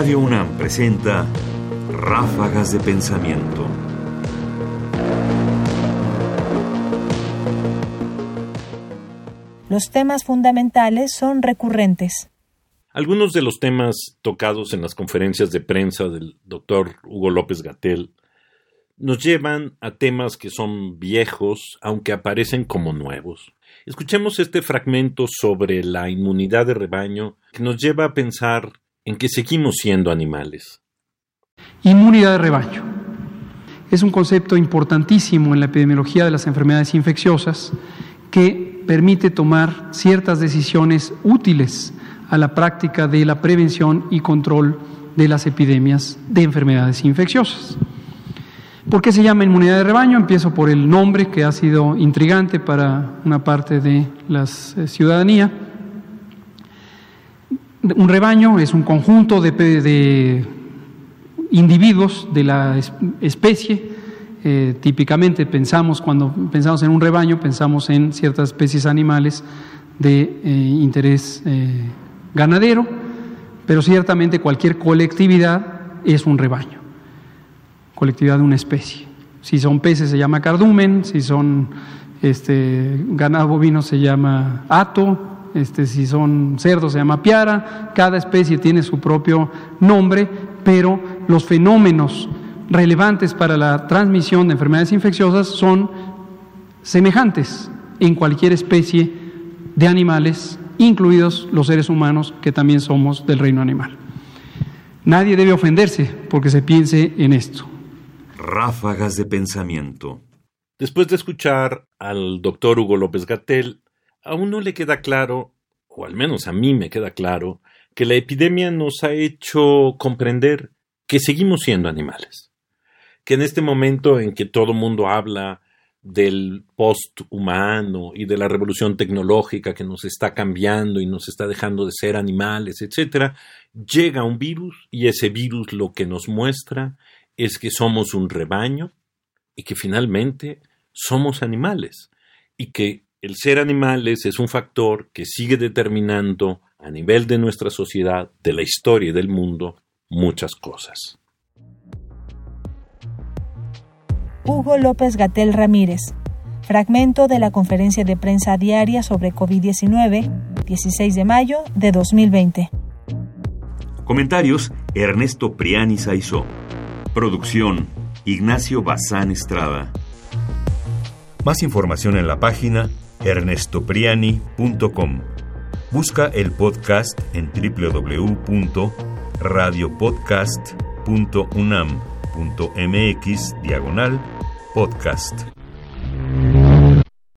Radio UNAM presenta Ráfagas de Pensamiento. Los temas fundamentales son recurrentes. Algunos de los temas tocados en las conferencias de prensa del Dr. Hugo López-Gatell nos llevan a temas que son viejos, aunque aparecen como nuevos. Escuchemos este fragmento sobre la inmunidad de rebaño que nos lleva a pensar en que seguimos siendo animales. Inmunidad de rebaño. Es un concepto importantísimo en la epidemiología de las enfermedades infecciosas que permite tomar ciertas decisiones útiles a la práctica de la prevención y control de las epidemias de enfermedades infecciosas. ¿Por qué se llama inmunidad de rebaño? Empiezo por el nombre, que ha sido intrigante para una parte de la ciudadanía. Un rebaño es un conjunto de individuos de la especie. Típicamente cuando pensamos en un rebaño, pensamos en ciertas especies animales de interés ganadero, pero ciertamente cualquier colectividad es un rebaño, colectividad de una especie. Si son peces se llama cardumen, si son ganado bovino se llama hato, si son cerdos se llama piara. Cada especie tiene su propio nombre, pero los fenómenos relevantes para la transmisión de enfermedades infecciosas son semejantes en cualquier especie de animales, incluidos los seres humanos, que también somos del reino animal. Nadie debe ofenderse porque se piense en esto. Ráfagas de Pensamiento. Después de escuchar al doctor Hugo López-Gatell, a uno le queda claro, o al menos a mí me queda claro, que la epidemia nos ha hecho comprender que seguimos siendo animales. Que en este momento en que todo el mundo habla del posthumano y de la revolución tecnológica que nos está cambiando y nos está dejando de ser animales, etc., llega un virus y ese virus lo que nos muestra es que somos un rebaño y que finalmente somos animales y que el ser animales es un factor que sigue determinando a nivel de nuestra sociedad, de la historia y del mundo, muchas cosas. Hugo López-Gatell Ramírez. Fragmento de la conferencia de prensa diaria sobre COVID-19, 16 de mayo de 2020. Comentarios: Ernesto Priani Saizó. Producción: Ignacio Bazán Estrada. Más información en la página ernestopriani.com. Busca el podcast en www.radiopodcast.unam.mx/podcast.